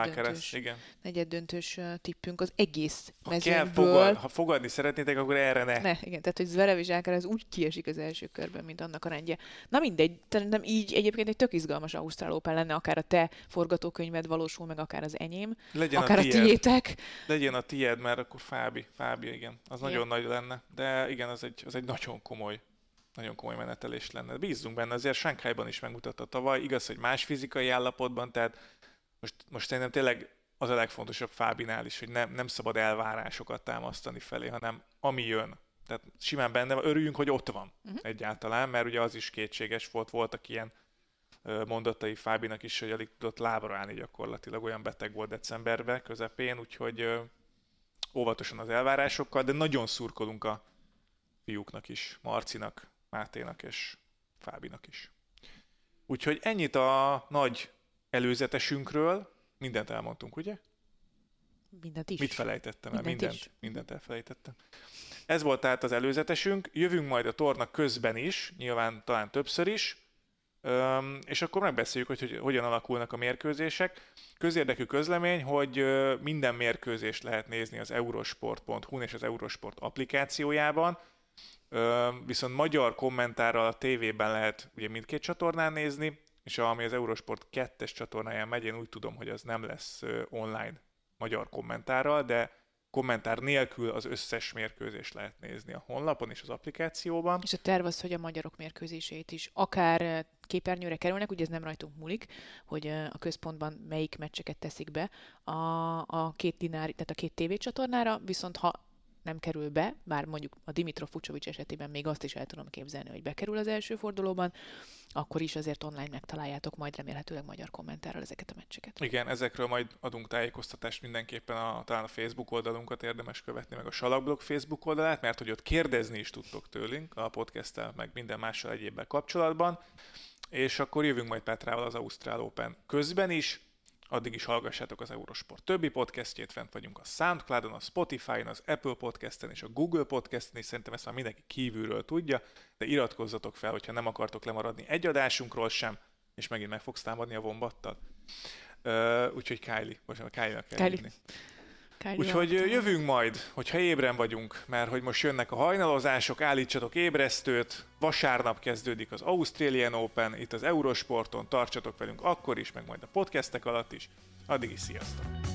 negyeddöntős tippünk az egész mezőnyből. Ha fogadni szeretnétek, akkor erre ne. Igen, tehát hogy Zverev és Alcaraz úgy kiesik az első körben, mint annak a rendje. Na mindegy, szerintem így egyébként egy tök izgalmas Ausztrál Open lenne, akár a te forgatókönyved valósul meg, akár az enyém, legyen akár a tiétek. Legyen a tiéd, mert akkor Fábi, igen. Az nagyon nagy lenne, de igen, az egy nagyon komoly menetelés lenne. Bízzunk benne, azért Shanghaiban is megmutatta tavaly, igaz, hogy más fizikai állapotban, tehát most szerintem tényleg az a legfontosabb Fábinál is, hogy nem szabad elvárásokat támasztani felé, hanem ami jön. Tehát simán benne van, örüljünk, hogy ott van egyáltalán, mert ugye az is kétséges volt, voltak ilyen mondatai Fábinak is, hogy alig tudott lábra állni gyakorlatilag, olyan beteg volt decemberben, közepén, úgyhogy óvatosan az elvárásokkal, de nagyon szurkolunk a fiúknak is, Marcinak, Máténak és Fábinak is. Úgyhogy ennyit a nagy előzetesünkről. Mindent elmondtunk, ugye? Mindent is. Mit felejtettem el? Mindent elfelejtettem. Ez volt tehát az előzetesünk. Jövünk majd a torna közben is, nyilván talán többször is, és akkor megbeszéljük, hogy hogyan alakulnak a mérkőzések. Közérdekű közlemény, hogy minden mérkőzést lehet nézni az eurosport.hu-n és az Eurosport applikációjában, viszont magyar kommentárral a tévében lehet ugye mindkét csatornán nézni, és ami az Eurosport 2-es csatornáján megy, én úgy tudom, hogy az nem lesz online magyar kommentárral, de kommentár nélkül az összes mérkőzést lehet nézni a honlapon és az applikációban. És a terv az, hogy a magyarok mérkőzését is akár képernyőre kerülnek, ugye ez nem rajtunk múlik, hogy a központban melyik meccseket teszik be a két tehát a két tévécsatornára, viszont ha nem kerül be, bár mondjuk a Dimitrov Fucsovics esetében még azt is el tudom képzelni, hogy bekerül az első fordulóban, akkor is azért online megtaláljátok majd remélhetőleg magyar kommentárral ezeket a meccseket. Igen, ezekről majd adunk tájékoztatást mindenképpen, talán a Facebook oldalunkat érdemes követni, meg a Salakblog Facebook oldalát, mert hogy ott kérdezni is tudtok tőlünk a podcasttel, meg minden mással egyébben kapcsolatban, és akkor jövünk majd Petrával az Ausztrál Open közben is. Addig is hallgassátok az Eurosport többi podcastjét, fent vagyunk a Soundcloudon, a Spotify-on, az Apple Podcasten és a Google Podcasten, és szerintem ezt már mindenki kívülről tudja, de iratkozzatok fel, hogyha nem akartok lemaradni egy adásunkról sem, és megint meg fogsz támadni a Wombattal. Úgyhogy Kylie-nak kell hívni. Úgyhogy jövünk majd, hogyha ébren vagyunk, mert hogy most jönnek a hajnalozások, állítsatok ébresztőt, vasárnap kezdődik az Australian Open, itt az Eurosporton, tartsatok velünk akkor is, meg majd a podcastek alatt is. Addig is sziasztok!